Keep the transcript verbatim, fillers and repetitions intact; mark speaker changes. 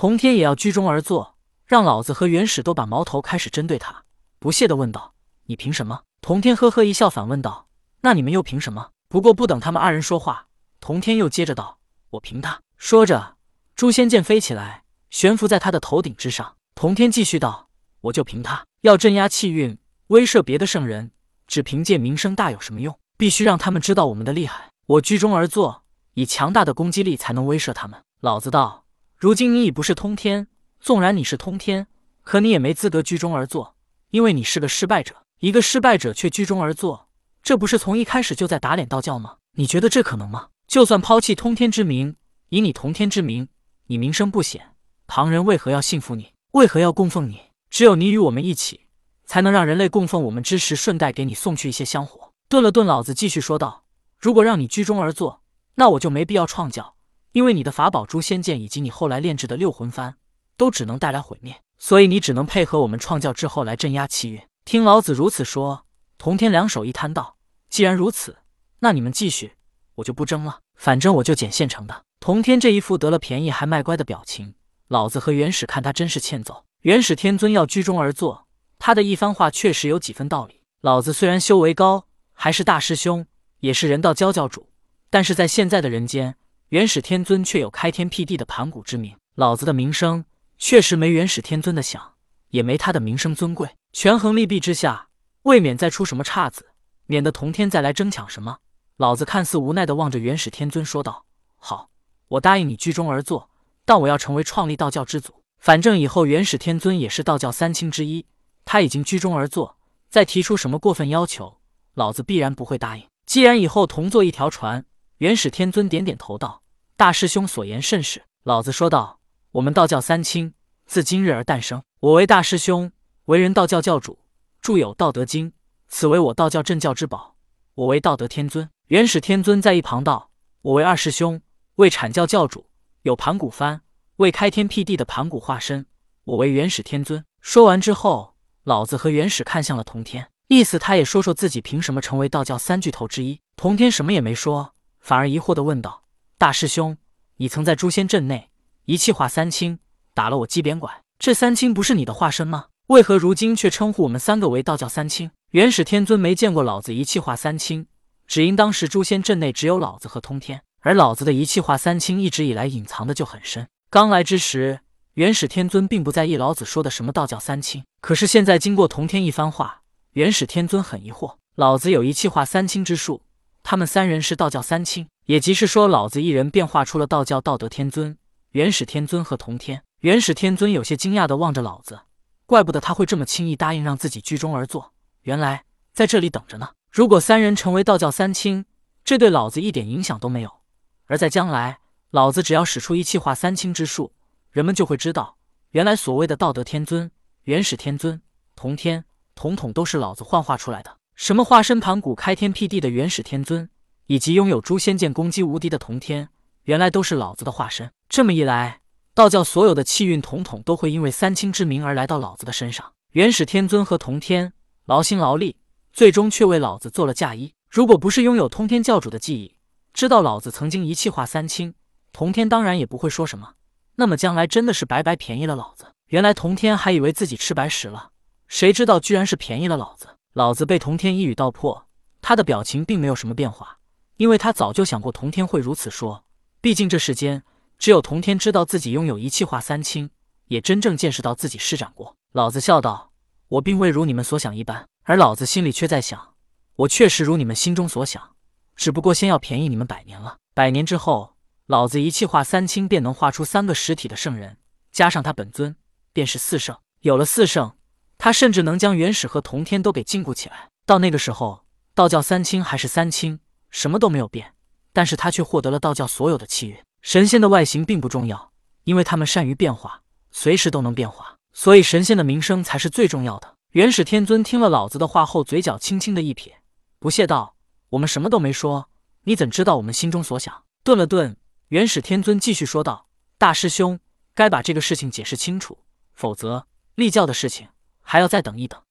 Speaker 1: 同天也要居中而坐，让老子和元始都把矛头开始针对他，不屑地问道：“你凭什么？”同天呵呵一笑，反问道：“那你们又凭什么？”不过不等他们二人说话，同天又接着道：“我凭他。”说着，诛仙剑飞起来，悬浮在他的头顶之上。同天继续道：“我就凭他，要镇压气运，威慑别的圣人，只凭借名声大有什么用？必须让他们知道我们的厉害。我居中而坐，以强大的攻击力才能威慑他们。”老子道：“如今你已不是通天，纵然你是通天，可你也没资格居中而坐，因为你是个失败者。一个失败者却居中而坐，这不是从一开始就在打脸道教吗？你觉得这可能吗？就算抛弃通天之名，以你同天之名，你名声不显，旁人为何要信服你？为何要供奉你？只有你与我们一起，才能让人类供奉我们之时，顺带给你送去一些香火。”顿了顿，老子继续说道：“如果让你居中而坐，那我就没必要创教，因为你的法宝诛仙剑以及你后来炼制的六魂幡，都只能带来毁灭，所以你只能配合我们创教之后来镇压气运。”听老子如此说，同天两手一摊道：“既然如此，那你们继续，我就不争了，反正我就捡现成的。”同天这一副得了便宜还卖乖的表情，老子和元始看他真是欠揍。元始天尊要居中而坐，他的一番话确实有几分道理。老子虽然修为高，还是大师兄，也是人道教教主，但是在现在的人间，元始天尊却有开天辟地的盘古之名。老子的名声确实没元始天尊的响，也没他的名声尊贵。权衡利弊之下，未免再出什么岔子，免得同天再来争抢什么。老子看似无奈地望着元始天尊说道：“好，我答应你居中而坐，但我要成为创立道教之祖。反正以后元始天尊也是道教三清之一，他已经居中而坐，再提出什么过分要求，老子必然不会答应。既然以后同坐一条船。”元始天尊点点头道：“大师兄所言甚是。”老子说道：“我们道教三清自今日而诞生，我为大师兄，为人道教教主，著有《道德经》，此为我道教镇教之宝，我为道德天尊。”元始天尊在一旁道：“我为二师兄，为阐教教主，有盘古幡，为开天辟地的盘古化身，我为元始天尊。”说完之后，老子和元始看向了同天，意思他也说说自己凭什么成为道教三巨头之一。同天什么也没说，反而疑惑地问道：“大师兄，你曾在诛仙阵内一气化三清，打了我鸡扁拐，这三清不是你的化身吗？为何如今却称呼我们三个为道教三清？”元始天尊没见过老子一气化三清，只因当时诛仙阵内只有老子和通天，而老子的一气化三清一直以来隐藏的就很深。刚来之时，元始天尊并不在意老子说的什么道教三清，可是现在经过同天一番话，元始天尊很疑惑，老子有一气化三清之术，他们三人是道教三清，也即是说老子一人便化出了道教道德天尊、元始天尊和同天。元始天尊有些惊讶地望着老子，怪不得他会这么轻易答应让自己居中而坐，原来在这里等着呢。如果三人成为道教三清，这对老子一点影响都没有，而在将来，老子只要使出一气化三清之术，人们就会知道，原来所谓的道德天尊、元始天尊、同天，统统都是老子幻化出来的。什么化身盘古开天辟地的元始天尊，以及拥有诛仙剑攻击无敌的同天，原来都是老子的化身。这么一来，道教所有的气运统统都会因为三清之名而来到老子的身上。元始天尊和同天劳心劳力，最终却为老子做了嫁衣。如果不是拥有通天教主的记忆，知道老子曾经一气化三清，同天当然也不会说什么。那么将来真的是白白便宜了老子。原来同天还以为自己吃白食了，谁知道居然是便宜了老子。老子被同天一语道破，他的表情并没有什么变化，因为他早就想过同天会如此说。毕竟这世间只有同天知道自己拥有一气化三清，也真正见识到自己施展过。老子笑道：“我并未如你们所想一般。”而老子心里却在想，我确实如你们心中所想，只不过先要便宜你们百年了。百年之后，老子一气化三清便能画出三个实体的圣人，加上他本尊，便是四圣。有了四圣，他甚至能将元始和同天都给禁锢起来。到那个时候，道教三清还是三清，什么都没有变，但是他却获得了道教所有的气运。神仙的外形并不重要，因为他们善于变化，随时都能变化，所以神仙的名声才是最重要的。元始天尊听了老子的话后，嘴角轻轻的一撇，不屑道：“我们什么都没说，你怎知道我们心中所想？”顿了顿，元始天尊继续说道：“大师兄，该把这个事情解释清楚，否则立教的事情还要再等一等。”